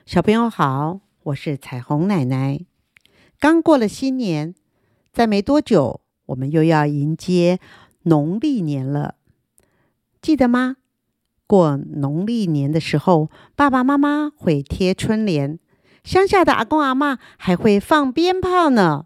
小朋友好，我是彩虹奶奶。刚过了新年，再没多久，我们又要迎接农历年了，记得吗？过农历年的时候，爸爸妈妈会贴春联，乡下的阿公阿嬷还会放鞭炮呢。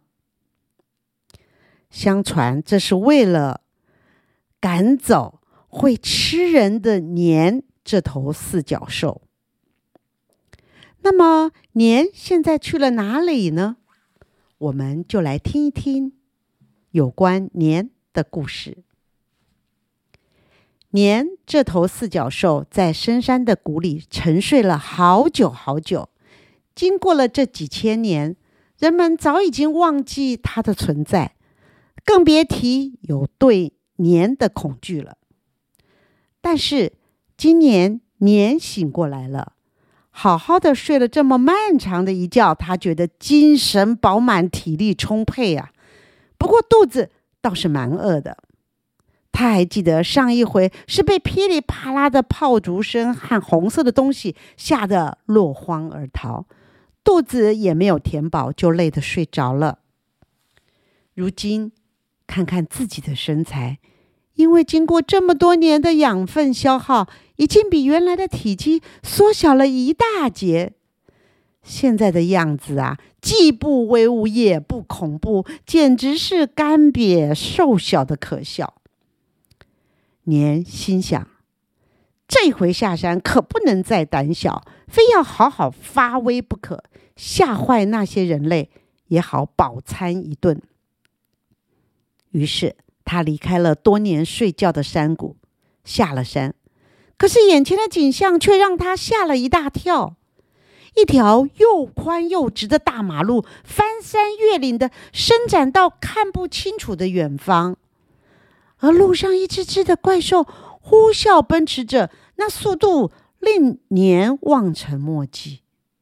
相传这是为了赶走会吃人的年这头四脚兽。那么年现在去了哪里呢？我们就来听一听有关年的故事。年这头四脚兽在深山的谷里沉睡了好久好久，经过了这几千年，人们早已经忘记它的存在，更别提有对年的恐惧了。但是今年年醒过来了，好好的睡了这么漫长的一觉，他觉得精神饱满，体力充沛啊。不过肚子倒是蛮饿的。他还记得上一回是被噼里啪啦的炮竹声和红色的东西吓得落荒而逃，肚子也没有填饱，就累得睡着了。如今看看自己的身材，因为经过这么多年的养分消耗，已经比原来的体积缩小了一大截。现在的样子啊，既不威武也不恐怖，简直是干瘪瘦小的可笑。年心想，这回下山可不能再胆小，非要好好发威不可，吓坏那些人类，也好饱餐一顿。于是他离开了多年睡觉的山谷，下了山。可是眼前的景象却让他吓了一大跳。一条又宽又直的大马路翻山越岭的伸展到看不清楚的远方，而路上一只只的怪兽呼啸奔驰着，那速度令年望尘莫及。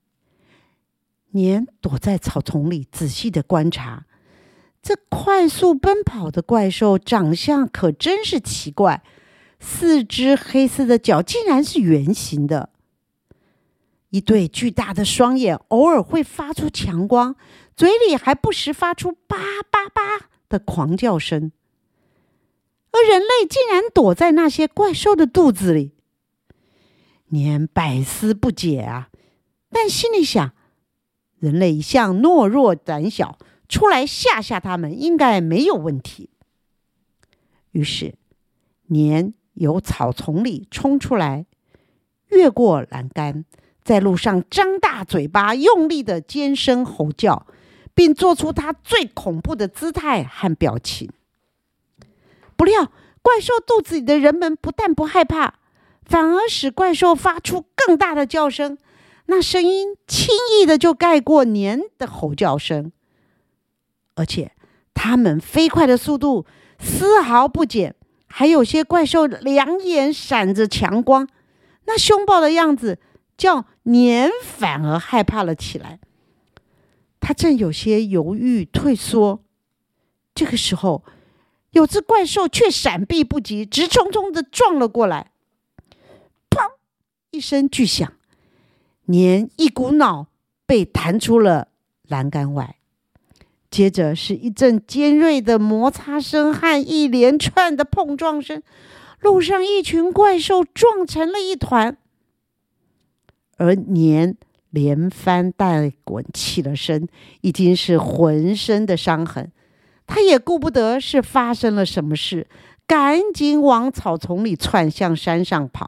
年躲在草丛里仔细的观察，这快速奔跑的怪兽长相可真是奇怪，四只黑色的脚竟然是圆形的，一对巨大的双眼偶尔会发出强光，嘴里还不时发出叭叭叭的狂叫声。而人类竟然躲在那些怪兽的肚子里，年百思不解啊，但心里想，人类一向懦弱胆小，出来吓吓他们应该没有问题。于是年由草丛里冲出来，越过栏杆，在路上张大嘴巴，用力的尖声吼叫，并做出他最恐怖的姿态和表情。不料怪兽肚子里的人们不但不害怕，反而使怪兽发出更大的叫声，那声音轻易的就盖过年的吼叫声，而且他们飞快的速度丝毫不减，还有些怪兽两眼闪着强光，那凶暴的样子叫年反而害怕了起来。他正有些犹豫退缩，这个时候有只怪兽却闪避不及，直冲冲的撞了过来。砰一声巨响，年一股脑被弹出了栏杆外，接着是一阵尖锐的摩擦声和一连串的碰撞声，路上一群怪兽撞成了一团，而年连翻带滚起了身，已经是浑身的伤痕。他也顾不得是发生了什么事，赶紧往草丛里窜，向山上跑。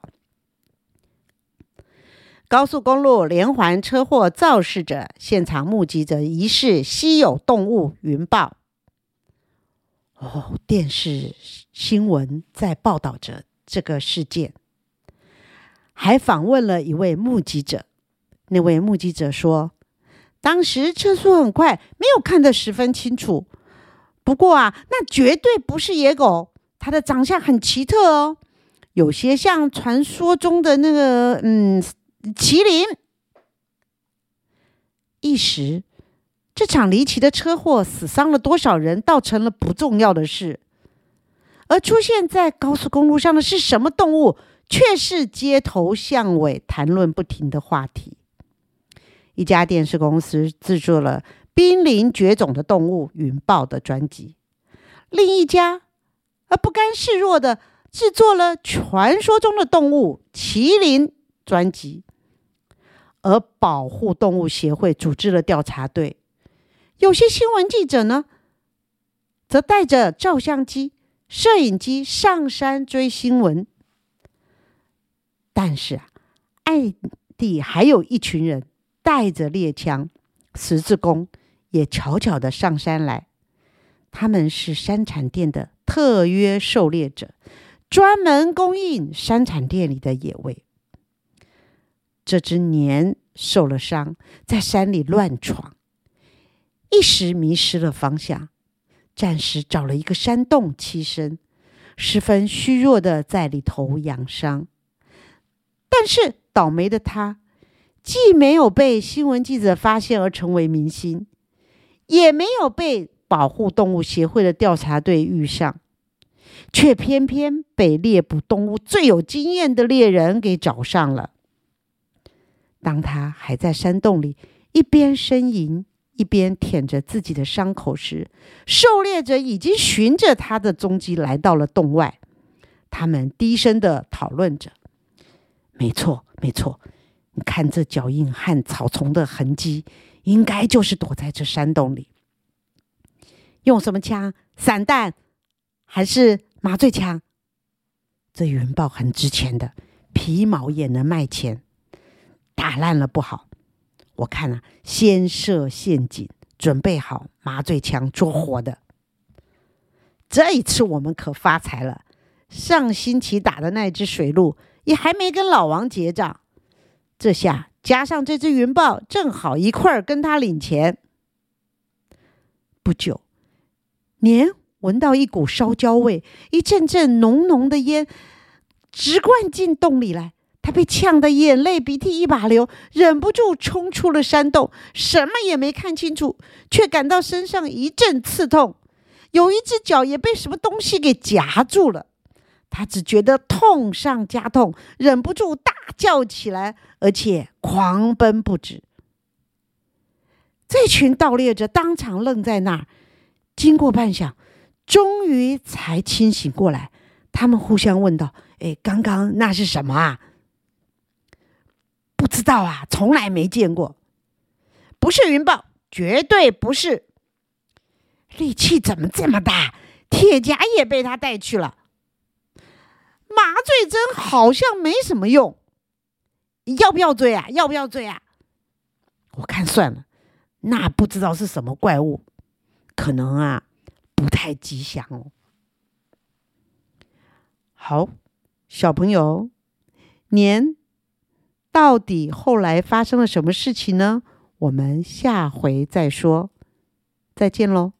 高速公路连环车祸肇事者现场目击者疑似稀有动物云豹。电视新闻在报道着这个事件，还访问了一位目击者。那位目击者说，当时车速很快，没有看得十分清楚。不过啊，那绝对不是野狗，它的长相很奇特哦，有些像传说中的那个麒麟。一时，这场离奇的车祸死伤了多少人，倒成了不重要的事。而出现在高速公路上的是什么动物，却是街头巷尾谈论不停的话题。 一家电视公司制作了濒临绝种的动物云豹的专辑，另一家不甘示弱的制作了传说中的动物麒麟专辑。而保护动物协会组织了调查队，有些新闻记者呢，则带着照相机、摄影机上山追新闻。但是艾地还有一群人带着猎枪、十字弓，也悄悄地上山来。他们是山产店的特约狩猎者，专门供应山产店里的野味。这只年受了伤，在山里乱闯，一时迷失了方向，暂时找了一个山洞栖身，十分虚弱的在里头养伤。但是倒霉的他，既没有被新闻记者发现而成为明星，也没有被保护动物协会的调查队遇上，却偏偏被猎捕动物最有经验的猎人给找上了。当他还在山洞里一边呻吟一边舔着自己的伤口时，狩猎者已经循着他的踪迹来到了洞外。他们低声地讨论着：没错，你看这脚印和草丛的痕迹，应该就是躲在这山洞里。用什么枪？散弹还是麻醉枪？这云豹很值钱的，皮毛也能卖钱。打烂了不好，我看先设陷阱，准备好麻醉枪捉活的。这一次我们可发财了，上星期打的那只水鹿也还没跟老王结账，这下加上这只云豹，正好一块儿跟他领钱。不久，年闻到一股烧焦味，一阵阵浓浓的烟直灌进洞里来。他被呛得眼泪鼻涕一把流，忍不住冲出了山洞，什么也没看清楚，却感到身上一阵刺痛，有一只脚也被什么东西给夹住了。他只觉得痛上加痛，忍不住大叫起来，而且狂奔不止。这群盗猎者当场愣在那儿，经过半晌，终于才清醒过来。他们互相问道：刚刚那是什么啊？不知道啊，从来没见过。不是云豹，绝对不是。力气怎么这么大？铁夹也被他带去了。麻醉针好像没什么用，要不要追啊？我看算了，那不知道是什么怪物，可能不太吉祥哦。好，小朋友，年到底后来发生了什么事情呢？我们下回再说，再见喽。